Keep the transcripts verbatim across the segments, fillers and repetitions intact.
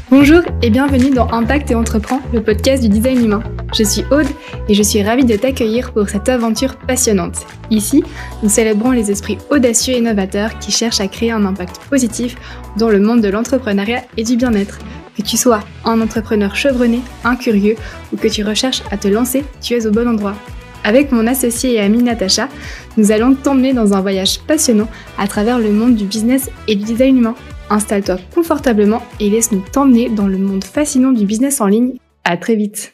Bonjour et bienvenue dans Impact et Entreprends, le podcast du design humain. Je suis Aude et je suis ravie de t'accueillir pour cette aventure passionnante. Ici, nous célébrons les esprits audacieux et innovateurs qui cherchent à créer un impact positif dans le monde de l'entrepreneuriat et du bien-être. Que tu sois un entrepreneur chevronné, un curieux ou que tu recherches à te lancer, tu es au bon endroit. Avec mon associée et amie Natacha, nous allons t'emmener dans un voyage passionnant à travers le monde du business et du design humain. Installe-toi confortablement et laisse-nous t'emmener dans le monde fascinant du business en ligne. À très vite.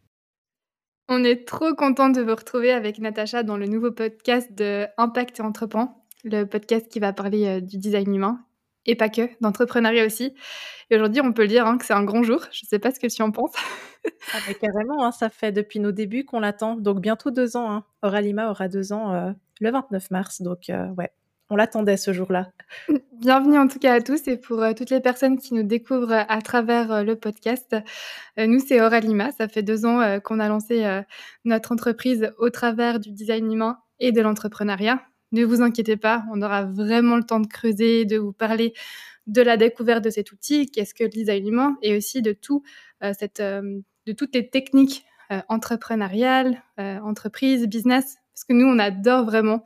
On est trop content de vous retrouver avec Natacha dans le nouveau podcast de Impact et Entreprends, le podcast qui va parler euh, du design humain et pas que, d'entrepreneuriat aussi. Et aujourd'hui, on peut le dire hein, que c'est un grand jour. Je ne sais pas ce que tu en penses. Ah mais carrément, hein, ça fait depuis nos débuts qu'on l'attend, donc bientôt deux ans. Hein. Oralima aura deux ans euh, le vingt-neuf mars, donc euh, ouais, on l'attendait ce jour-là. Bienvenue en tout cas à tous et pour euh, toutes les personnes qui nous découvrent euh, à travers euh, le podcast. Euh, nous, c'est Oralima, ça fait deux ans euh, qu'on a lancé euh, notre entreprise au travers du design humain et de l'entrepreneuriat. Ne vous inquiétez pas, on aura vraiment le temps de creuser, de vous parler de la découverte de cet outil, qu'est-ce que le design humain, et aussi de, tout, euh, cette, euh, de toutes les techniques euh, entrepreneuriales, euh, entreprises, business, parce que nous, on adore vraiment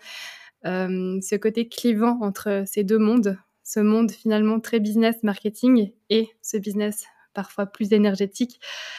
euh, ce côté clivant entre ces deux mondes, ce monde finalement très business, marketing, et ce business parfois plus énergétique.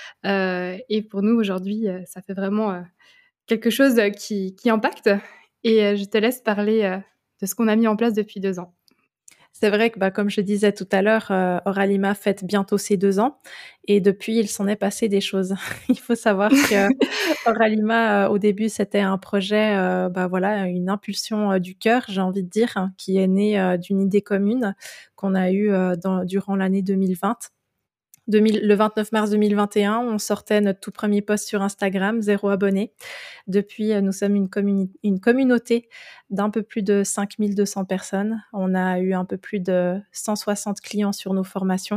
Euh, et pour nous, aujourd'hui, euh, ça fait vraiment euh, quelque chose qui, qui impacte. Et euh, je te laisse parler euh, de ce qu'on a mis en place depuis deux ans. C'est vrai que, bah, comme je disais tout à l'heure, euh, Oralima fête bientôt ses deux ans et depuis, il s'en est passé des choses. Il faut savoir que Oralima, euh, au début, c'était un projet, euh, bah voilà, une impulsion euh, du cœur, j'ai envie de dire, hein, qui est née euh, d'une idée commune qu'on a eue euh, dans, durant l'année deux mille vingt. deux mille, le vingt-neuf mars deux mille vingt et un, on sortait notre tout premier post sur Instagram, zéro abonné. Depuis, nous sommes une, communi- une communauté d'un peu plus de cinq mille deux cents personnes. On a eu un peu plus de cent soixante clients sur nos formations,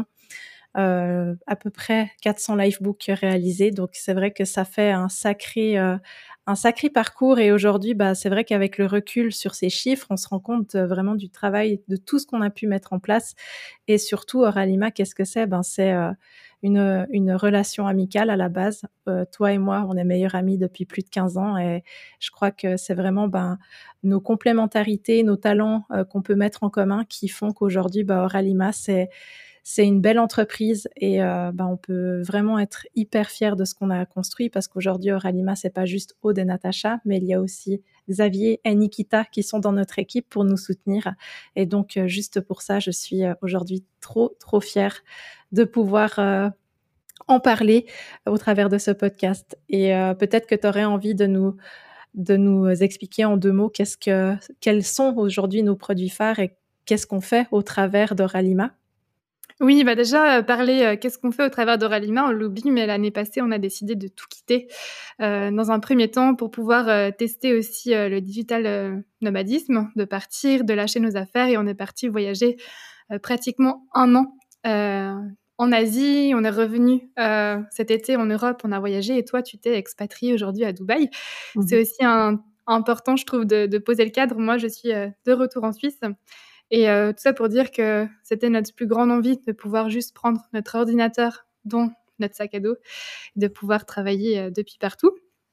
euh, à peu près quatre cents livebooks réalisés. Donc, c'est vrai que ça fait un sacré, euh, un sacré parcours. Et aujourd'hui, bah, c'est vrai qu'avec le recul sur ces chiffres, on se rend compte euh, vraiment du travail, de tout ce qu'on a pu mettre en place. Et surtout, Oralima, qu'est-ce que c'est? Ben, c'est euh, une, une relation amicale à la base. Euh, toi et moi, on est meilleurs amis depuis plus de quinze ans. Et je crois que c'est vraiment ben, nos complémentarités, nos talents euh, qu'on peut mettre en commun qui font qu'aujourd'hui, ben, Oralima, c'est c'est une belle entreprise et euh, bah, on peut vraiment être hyper fiers de ce qu'on a construit parce qu'aujourd'hui, Oralima, c'est pas juste Aude et Natacha, mais il y a aussi Xavier et Nikita qui sont dans notre équipe pour nous soutenir. Et donc, euh, juste pour ça, je suis euh, aujourd'hui trop, trop fière de pouvoir euh, en parler au travers de ce podcast. Et euh, peut-être que tu aurais envie de nous, de nous expliquer en deux mots qu'est-ce que, quels sont aujourd'hui nos produits phares et qu'est-ce qu'on fait au travers d'Oralima. Oui, bah déjà, heu, parler, heu, qu'est-ce qu'on fait au travers d'Oralima? On l'oublie, mais l'année passée, on a décidé de tout quitter, heu, dans un premier temps pour pouvoir, heu, tester aussi, heu, le digital, heu, nomadisme, de partir, de lâcher nos affaires et on est parti voyager, heu, pratiquement un an, heu, en Asie. On est revenu heu, cet été en Europe, on a voyagé et toi, tu t'es expatriée aujourd'hui à Dubaï. Mmh. C'est aussi un important, je trouve, de de poser le cadre. Moi, je suis, heu, de retour en Suisse. Et heu, tout ça pour dire que c'était notre plus grande envie de pouvoir juste prendre notre ordinateur, dont notre sac à dos, de pouvoir travailler, heu, depuis partout.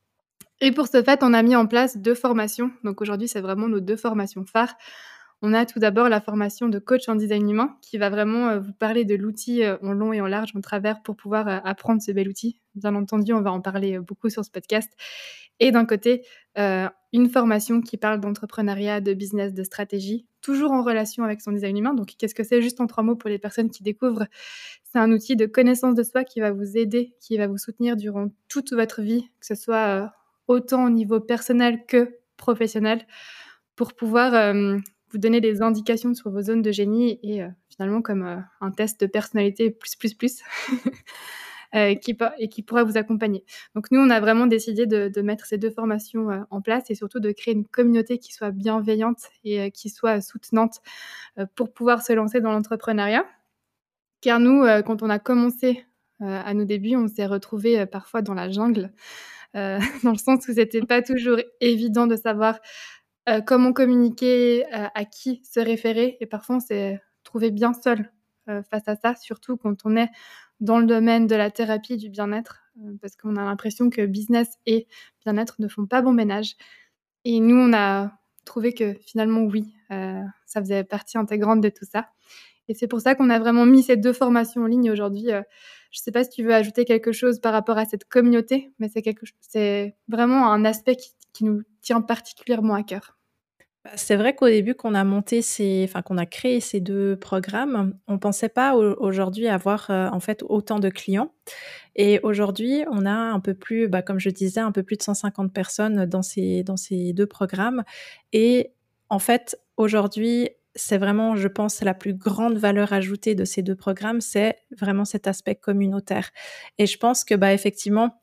Et pour ce fait, on a mis en place deux formations. Donc aujourd'hui, c'est vraiment nos deux formations phares. On a tout d'abord la formation de coach en design humain qui va vraiment, heu, vous parler de l'outil, heu, en long et en large, en travers pour pouvoir, heu, apprendre ce bel outil. Bien entendu, on va en parler, heu, beaucoup sur ce podcast. Et d'un côté, heu, une formation qui parle d'entrepreneuriat, de business, de stratégie, toujours en relation avec son design humain. Donc qu'est-ce que c'est? Juste en trois mots pour les personnes qui découvrent, c'est un outil de connaissance de soi qui va vous aider, qui va vous soutenir durant toute votre vie, que ce soit, heu, autant au niveau personnel que professionnel, pour pouvoir, hem, vous donner des indications sur vos zones de génie et heu, finalement comme, heu, un test de personnalité plus, plus, plus, heu, qui peut et qui pourra vous accompagner. Donc nous, on a vraiment décidé de de mettre ces deux formations, heu, en place et surtout de créer une communauté qui soit bienveillante et heu, qui soit soutenante, heu, pour pouvoir se lancer dans l'entrepreneuriat. Car nous, heu, quand on a commencé, heu, à nos débuts, on s'est retrouvés, heu, parfois dans la jungle, heu, dans le sens où c'était pas toujours évident de savoir, heu, comment communiquer, heu, à qui se référer et parfois on s'est trouvé bien seul, heu, face à ça, surtout quand on est dans le domaine de la thérapie du bien-être, heu, parce qu'on a l'impression que business et bien-être ne font pas bon ménage et nous, on a trouvé que finalement oui, heu, ça faisait partie intégrante de tout ça et c'est pour ça qu'on a vraiment mis ces deux formations en ligne aujourd'hui, heu, je sais pas si tu veux ajouter quelque chose par rapport à cette communauté, mais c'est quelque ch c'est vraiment un aspect qui qui nous tient particulièrement à cœur. Bah, c'est vrai qu'au début qu'on a monté ces enfin qu'on a créé ces deux programmes, on pensait pas au aujourd'hui avoir, heu, en fait autant de clients et aujourd'hui on a un peu plus, bah, comme je disais, un peu plus de cent cinquante personnes dans ces dans ces deux programmes et en fait, aujourd'hui, c'est vraiment, je pense, la plus grande valeur ajoutée de ces deux programmes, c'est vraiment cet aspect communautaire et je pense que, bah, effectivement,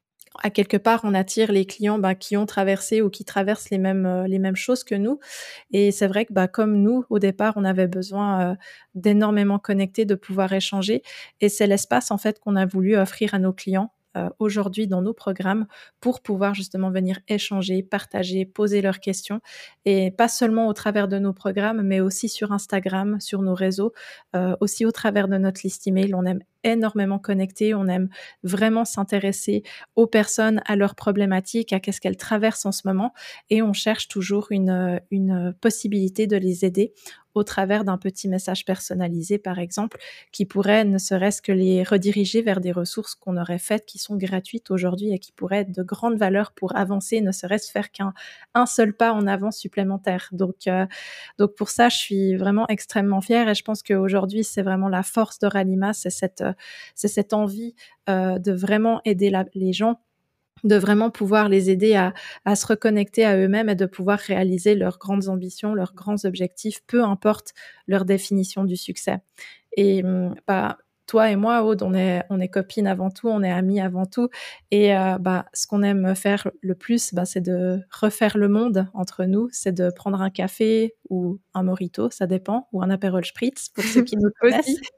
à quelque part, on attire les clients, bah, qui ont traversé ou qui traversent les mêmes, heu, les mêmes choses que nous et c'est vrai que, bah, comme nous, au départ, on avait besoin, heu, d'énormément connecter, de pouvoir échanger et c'est l'espace, en fait, qu'on a voulu offrir à nos clients, heu, aujourd'hui dans nos programmes pour pouvoir justement venir échanger, partager, poser leurs questions et pas seulement au travers de nos programmes, mais aussi sur Instagram, sur nos réseaux, heu, aussi au travers de notre liste email. On aime énormément connecter, on aime vraiment s'intéresser aux personnes, à leurs problématiques, à qu'est-ce qu'elles traversent en ce moment et on cherche toujours une, heu, une possibilité de les aider au travers d'un petit message personnalisé, par exemple, qui pourrait ne serait-ce que les rediriger vers des ressources qu'on aurait faites qui sont gratuites aujourd'hui et qui pourraient être de grande valeur pour avancer, ne serait-ce faire qu'un un seul pas en avant supplémentaire. Donc heu, donc pour ça, je suis vraiment extrêmement fière et je pense qu'aujourd'hui, c'est vraiment la force d'Oralima, c'est cette, heu, c'est cette envie, heu, de vraiment aider la les gens, de vraiment pouvoir les aider à à se reconnecter à eux-mêmes et de pouvoir réaliser leurs grandes ambitions, leurs grands objectifs, peu importe leur définition du succès et mmh, bah, toi et moi, Aude, on est on est copines avant tout, on est amies avant tout et heu, bah, ce qu'on aime faire le plus, bah, c'est de refaire le monde entre nous, c'est de prendre un café ou un mojito, ça dépend, ou un Aperol Spritz pour ceux qui nous connaissent Aussi.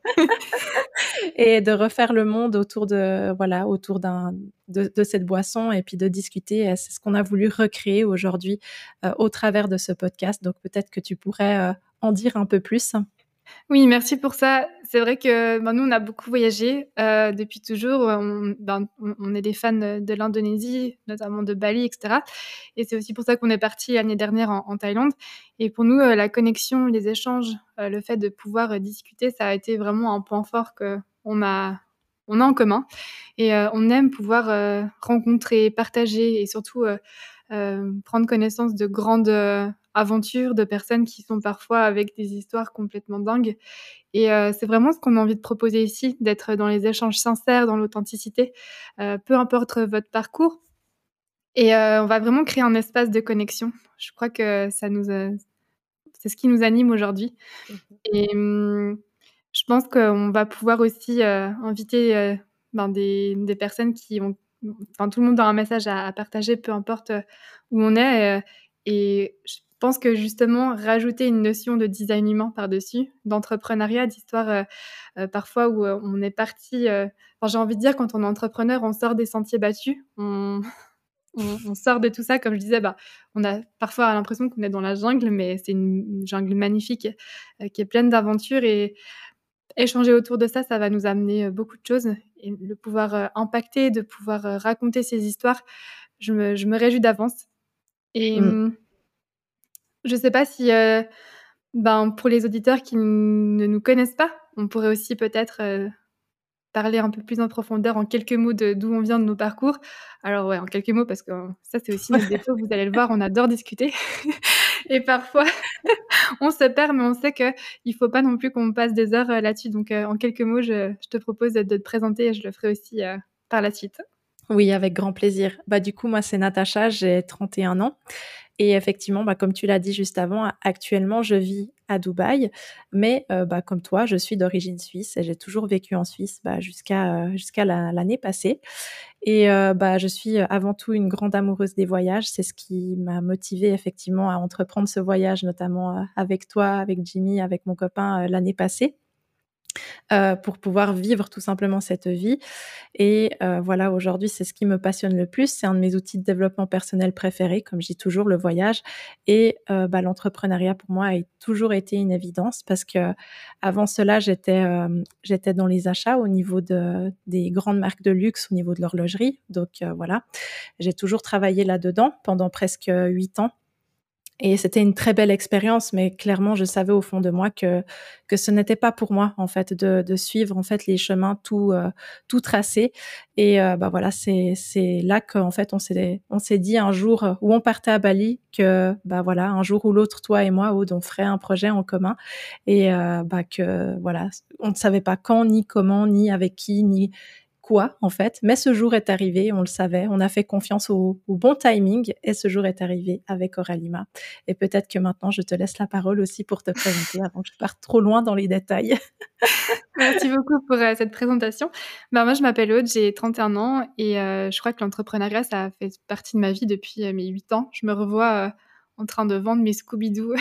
et de refaire le monde autour de voilà, autour d'un de de cette boisson et puis de discuter et c'est ce qu'on a voulu recréer aujourd'hui, heu, au travers de ce podcast. Donc peut-être que tu pourrais, heu, en dire un peu plus? Oui, merci pour ça. C'est vrai que, ben, nous, on a beaucoup voyagé, heu, depuis toujours. On ben, on on est des fans, heu, de l'Indonésie, notamment de Bali et cetera et c'est aussi pour ça qu'on est partis l'année dernière en en Thaïlande et pour nous, heu, la connexion, les échanges, heu, le fait de pouvoir, heu, discuter, ça a été vraiment un point fort qu'on a on a en commun et heu, on aime pouvoir, heu, rencontrer, partager et surtout, heu, hem, prendre connaissance de grandes, heu, aventures, de personnes qui sont parfois avec des histoires complètement dingues et heu, c'est vraiment ce qu'on a envie de proposer ici, d'être dans les échanges sincères, dans l'authenticité, heu, peu importe votre parcours et heu, on va vraiment créer un espace de connexion. Je crois que ça nous a c'est ce qui nous anime aujourd'hui Mmh mh. et mmh, je pense qu'on va pouvoir aussi, heu, inviter, heu, ben, des des personnes qui ont enfin, tout le monde a un message à à partager, peu importe, heu, où on est, heu et je pense que justement rajouter une notion de design humain par-dessus, d'entrepreneuriat, d'histoire, heu heu, parfois où, heu, on est parti, heu enfin, j'ai envie de dire quand on est entrepreneur, on sort des sentiers battus, on on on sort de tout ça, comme je disais, bah, on a parfois l'impression qu'on est dans la jungle, mais c'est une une jungle magnifique, heu, qui est pleine d'aventures et échanger autour de ça, ça va nous amener, heu, beaucoup de choses et le pouvoir, heu, impacter, de pouvoir, heu, raconter ces histoires, je me je me réjouis d'avance et Mmh. mmh je sais pas si, heu, ben, pour les auditeurs qui n ne nous connaissent pas, on pourrait aussi peut-être, heu, parler un peu plus en profondeur en quelques mots de d'où on vient, de nos parcours. Alors ouais, en quelques mots parce que ça, c'est aussi notre défaut, vous allez le voir, on adore discuter et parfois on se perd, mais on sait qu'il faut pas non plus qu'on passe des heures, heu, là-dessus donc heu, en quelques mots, je je te propose de te présenter et je le ferai aussi, heu, par la suite. Oui, avec grand plaisir. Bah, du coup, moi, c'est Natacha, j'ai trente et un ans et effectivement, bah, comme tu l'as dit juste avant, actuellement, je vis à Dubaï, mais heu, bah, comme toi, je suis d'origine suisse et j'ai toujours vécu en Suisse, bah, jusqu'à, heu, jusqu'à la l'année passée et heu, bah, je suis, avant tout une grande amoureuse des voyages. C'est ce qui m'a motivée effectivement à entreprendre ce voyage, notamment, heu, avec toi, avec Jimmy, avec mon copain, heu, l'année passée heu, pour pouvoir vivre tout simplement cette vie et heu, voilà, aujourd'hui, c'est ce qui me passionne le plus. C'est un de mes outils de développement personnel préférés, comme je dis toujours, le voyage et heu, bah, l'entrepreneuriat pour moi a toujours été une évidence parce qu'avant cela, j'étais, hem, j'étais dans les achats au niveau de des grandes marques de luxe, au niveau de l'horlogerie, donc heu, voilà. J'ai toujours travaillé là-dedans pendant presque huit ans et c'était une très belle expérience, mais clairement, je savais au fond de moi que que ce n'était pas pour moi, en fait, de de suivre, en fait, les chemins tout, heu, tout tracés et heu, bah, voilà, c'est c'est là qu'en fait, on s'est on s'est dit un jour, heu, où on partait à Bali que, bah, voilà, un jour ou l'autre, toi et moi, Aude, on ferait un projet en commun et heu, bah, que voilà, on ne savait pas quand, ni comment, ni avec qui, ni quoi, en fait. Mais ce jour est arrivé, on le savait, on a fait confiance au au bon timing et ce jour est arrivé avec Oralima et peut-être que maintenant je te laisse la parole aussi pour te présenter avant que je parte trop loin dans les détails. Merci beaucoup pour, heu, cette présentation. Bah, moi, je m'appelle Aude, j'ai trente et un ans et heu, je crois que l'entrepreneuriat, ça a fait partie de ma vie depuis, heu, mes huit ans. Je me revois, heu, en train de vendre mes Scooby-Doo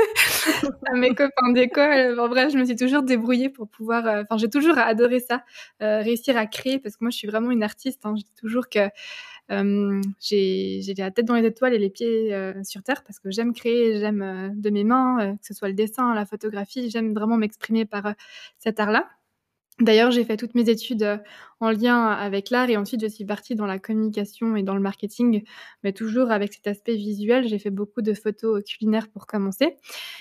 à mes copains d'école. Enfin bref, je me suis toujours débrouillée pour pouvoir, heu enfin, j'ai toujours adoré ça, heu, réussir à créer parce que moi, je suis vraiment une artiste, hein. Je dis toujours que, hem, j'ai j'ai la tête dans les étoiles et les pieds, heu, sur terre parce que j'aime créer, j'aime, heu, de mes mains, heu, que ce soit le dessin, la photographie, j'aime vraiment m'exprimer par, heu, cet art-là. D'ailleurs, j'ai fait toutes mes études, heu, en lien avec l'art et ensuite je suis partie dans la communication et dans le marketing, mais toujours avec cet aspect visuel. J'ai fait beaucoup de photos, culinaires pour commencer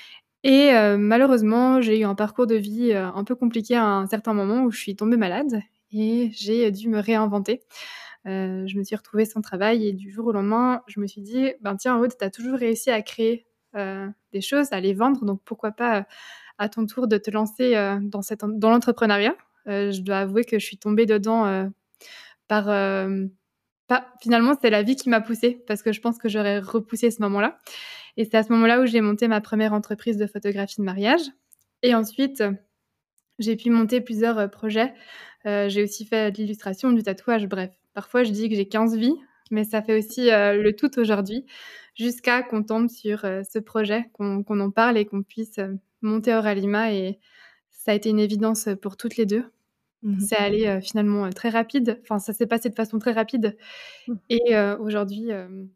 et heu, malheureusement, j'ai eu un parcours de vie, heu, un peu compliqué à un certain moment où je suis tombée malade et j'ai dû me réinventer. Heu, je me suis retrouvée sans travail et du jour au lendemain, je me suis dit: «Ben, tiens, Aude, tu as toujours réussi à créer, heu, des choses, à les vendre, donc pourquoi pas, heu, à ton tour de te lancer, heu, dans cet en dans l'entrepreneuriat?» Heu, je dois avouer que je suis tombée dedans, heu, par, hem, pas finalement, c'est la vie qui m'a poussée parce que je pense que j'aurais repoussé ce moment-là et c'est à ce moment-là où j'ai monté ma première entreprise de photographie de mariage et ensuite, j'ai pu monter plusieurs, heu, projets. Heu, j'ai aussi fait de l'illustration, du tatouage, bref. Parfois, je dis que j'ai quinze vies, mais ça fait aussi, heu, le tout aujourd'hui, jusqu'à qu'on tombe sur, heu, ce projet, qu'on qu'on en parle et qu'on puisse, heu, monter Oralima et ça a été une évidence, heu, pour toutes les deux. Mmh mh. C'est allé, heu, finalement, heu, très rapide. Enfin, ça s'est passé de façon très rapide Mmh. et heu, aujourd'hui, hem,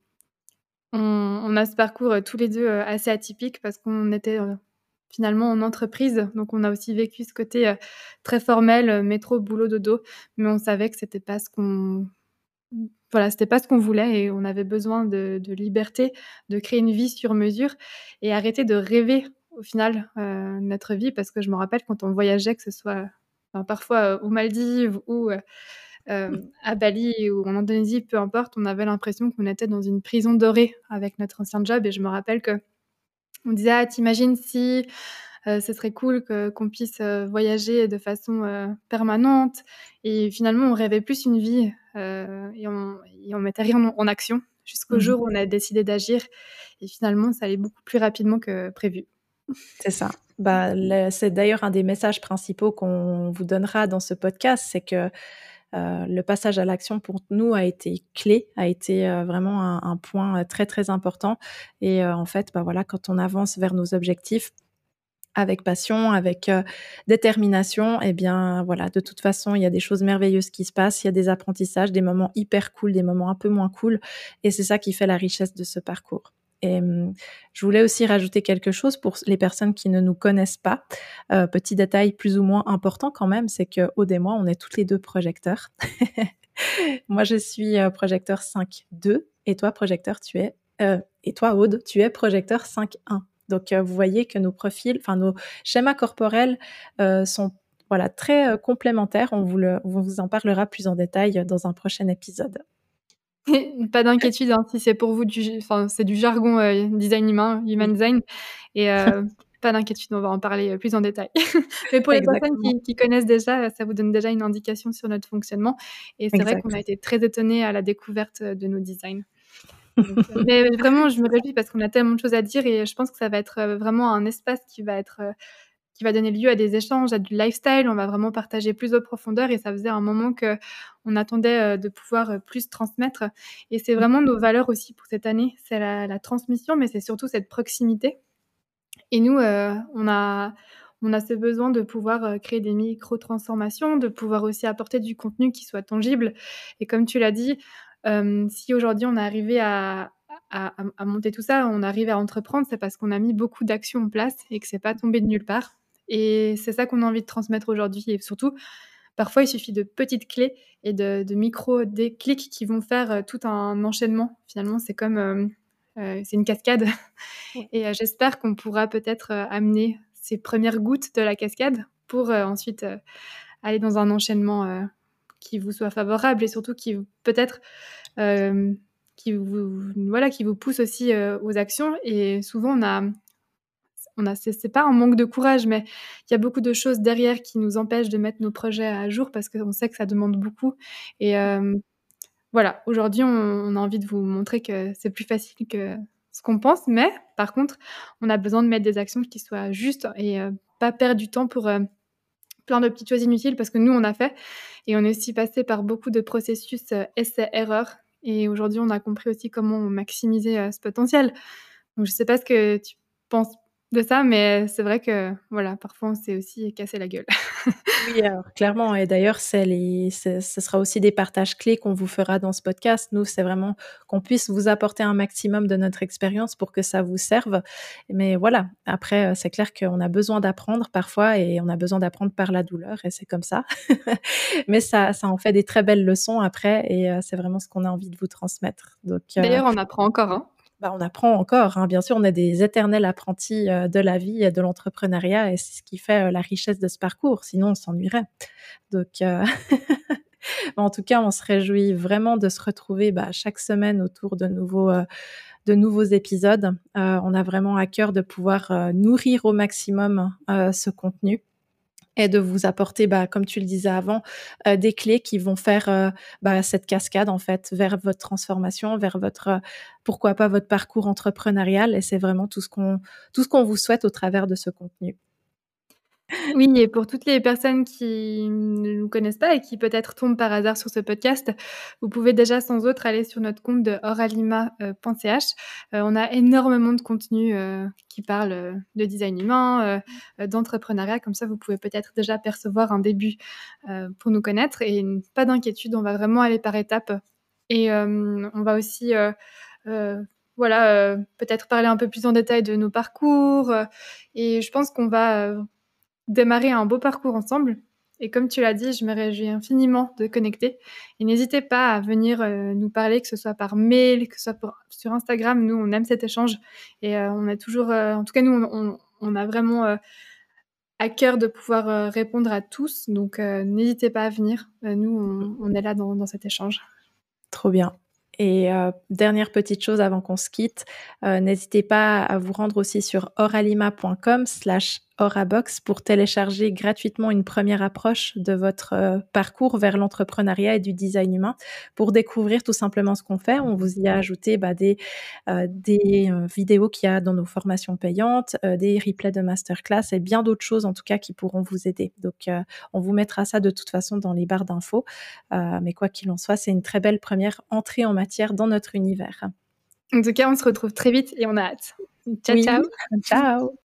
on on a ce parcours, heu, tous les deux, heu, assez atypique parce qu'on était, heu, finalement en entreprise. Donc on a aussi vécu ce côté, heu, très formel, heu, métro, boulot, dodo. Mais on savait que c'était pas ce qu'on mmh, voilà, c'était pas ce qu'on voulait et on avait besoin de de liberté, de créer une vie sur mesure et arrêter de rêver au final, heu, notre vie. Parce que je me rappelle quand on voyageait, que ce soit, enfin parfois, heu, aux Maldives ou, heu, hem, à Bali ou en Indonésie, peu importe, on avait l'impression qu'on était dans une prison dorée avec notre ancien job et je me rappelle qu'on disait: «Ah, tu imagines si, heu, ce serait cool que qu'on puisse, heu, voyager de façon, heu, permanente» et finalement, on rêvait plus une vie, heu et on et on mettait rien en en action jusqu'au Mmh mh. jour où on a décidé d'agir et finalement, ça allait beaucoup plus rapidement que prévu. C'est ça. Bah, le c'est d'ailleurs un des messages principaux qu'on vous donnera dans ce podcast, c'est que, heu, le passage à l'action pour nous a été clé, a été, heu, vraiment un un point, heu, très, très important et heu, en fait, bah, voilà, quand on avance vers nos objectifs avec passion, avec, heu, détermination et bien, voilà, de toute façon, il y a des choses merveilleuses qui se passent, il y a des apprentissages, des moments hyper cool, des moments un peu moins cool et c'est ça qui fait la richesse de ce parcours et mmh, je voulais aussi rajouter quelque chose pour les personnes qui ne nous connaissent pas. Heu, petit détail plus ou moins important quand même, c'est qu'Aude et moi, on est toutes les deux projecteurs. Moi, je suis, heu, projecteur cinq deux et toi, projecteur, tu es heu et toi, Aude, tu es projecteur cinq un. Donc heu, vous voyez que nos profils, enfin nos schémas corporels, heu, sont voilà très, heu, complémentaires. On vous le on vous en parlera plus en détail dans un prochain épisode. Pas d'inquiétude, hein, si c'est pour vous du enfin, c'est du jargon, heu, design humain, human Oui, design et heu, pas d'inquiétude, on va en parler, heu, plus en détail. Mais pour les personnes exactement, qui qui connaissent déjà, ça vous donne déjà une indication sur notre fonctionnement et c'est vrai qu'on exact. a été très étonnés à la découverte, heu, de nos designs. Donc heu, mais vraiment, je me réjouis parce qu'on a tellement de choses à dire et je pense que ça va être, heu, vraiment un espace qui va être, heu, qui va donner lieu à des échanges, à du lifestyle. On va vraiment partager plus de profondeur et ça faisait un moment qu'on attendait, heu, de pouvoir, heu, plus transmettre et c'est Mmh. vraiment nos valeurs aussi pour cette année. C'est la la transmission, mais c'est surtout cette proximité et nous, heu, on a on a ce besoin de pouvoir, heu, créer des micro-transformations, de pouvoir aussi apporter du contenu qui soit tangible et comme tu l'as dit, hem, si aujourd'hui on est arrivé à à à à monter tout ça, on arrive à entreprendre, c'est parce qu'on a mis beaucoup d'actions en place et que c'est pas tombé de nulle part et c'est ça qu'on a envie de transmettre aujourd'hui et surtout, parfois, il suffit de petites clés et de de micro déclics qui vont faire, heu, tout un enchaînement. Finalement, c'est comme, hem, heu, c'est une cascade Ouais. et heu, j'espère qu'on pourra peut-être, heu, amener ces premières gouttes de la cascade pour, heu, ensuite, heu, aller dans un enchaînement, heu, qui vous soit favorable et surtout qui v peut-être, hem, qui vous voilà, qui vous pousse aussi, heu, aux actions et souvent on a on a c'est c'est pas un manque de courage, mais il y a beaucoup de choses derrière qui nous empêchent de mettre nos projets à jour parce qu'on sait que ça demande beaucoup et hem, voilà, aujourd'hui, on on a envie de vous montrer que c'est plus facile que ce qu'on pense, mais par contre, on a besoin de mettre des actions qui soient justes et heu, pas perdre du temps pour, heu, plein de petites choses inutiles parce que nous, on a fait et on est aussi passés par beaucoup de processus, heu, essais-erreurs et aujourd'hui, on a compris aussi comment maximiser, heu, ce potentiel. Donc je sais pas ce que tu penses de ça, mais c'est vrai que, voilà, parfois on s'est aussi cassé la gueule. Oui, alors clairement et d'ailleurs, c'est les ce ce sera aussi des partages clés qu'on vous fera dans ce podcast. Nous, c'est vraiment qu'on puisse vous apporter un maximum de notre expérience pour que ça vous serve. Mais voilà, après, heu, c'est clair qu'on a besoin d'apprendre parfois et on a besoin d'apprendre par la douleur et c'est comme ça. Mais ça ça en fait des très belles leçons après et heu, c'est vraiment ce qu'on a envie de vous transmettre. Donc heu, D'ailleurs, on apprend encore, hein. bah, on apprend encore, hein. Bien sûr, on est des éternels apprentis, heu, de la vie et de l'entrepreneuriat et c'est ce qui fait, heu, la richesse de ce parcours, sinon on s'ennuierait. Donc heu, en tout cas, on se réjouit vraiment de se retrouver, bah, chaque semaine autour de nouveaux, heu, de nouveaux épisodes. Heu, on a vraiment à cœur de pouvoir, heu, nourrir au maximum, heu, ce contenu et de vous apporter, bah, comme tu le disais avant, heu, des clés qui vont faire, heu, bah, cette cascade en fait vers votre transformation, vers votre, heu, pourquoi pas votre parcours entrepreneurial et c'est vraiment tout ce qu'on tout ce qu'on vous souhaite au travers de ce contenu. Oui et pour toutes les personnes qui ne nous connaissent pas et qui peut-être tombent par hasard sur ce podcast, vous pouvez déjà sans autre aller sur notre compte de oralima, heu, point c h. Heu, on a énormément de contenu, heu, qui parle, heu, de design humain, heu, heu, d'entrepreneuriat. Comme ça, vous pouvez peut-être déjà percevoir un début, heu, pour nous connaître et n pas d'inquiétude, on va vraiment aller par étapes et hem, on va aussi, heu, heu, voilà, heu, peut-être parler un peu plus en détail de nos parcours, heu et je pense qu'on va, heu, démarrer un beau parcours ensemble et comme tu l'as dit, je me réjouis infiniment de connecter et n'hésitez pas à venir, heu, nous parler, que ce soit par mail, que ce soit pour sur Instagram. Nous, on aime cet échange et heu, on est toujours, heu, en tout cas, nous, on on on a vraiment, heu, à cœur de pouvoir, heu, répondre à tous donc heu, n'hésitez pas à venir. Heu, nous, on on est là dans dans cet échange. Trop bien et heu, dernière petite chose avant qu'on se quitte, heu, n'hésitez pas à vous rendre aussi sur oralima point com slash orabox pour télécharger gratuitement une première approche de votre, heu, parcours vers l'entrepreneuriat et du design humain. Pour découvrir tout simplement ce qu'on fait, on vous y a ajouté, bah, des, heu, des, heu, vidéos qu'il y a dans nos formations payantes, heu, des replays de masterclass et bien d'autres choses en tout cas qui pourront vous aider. Donc heu, on vous mettra ça de toute façon dans les barres d'infos. Heu, mais quoi qu'il en soit, c'est une très belle première entrée en matière dans notre univers. En tout cas, on se retrouve très vite et on a hâte. Ciao, Oui, ciao. ciao.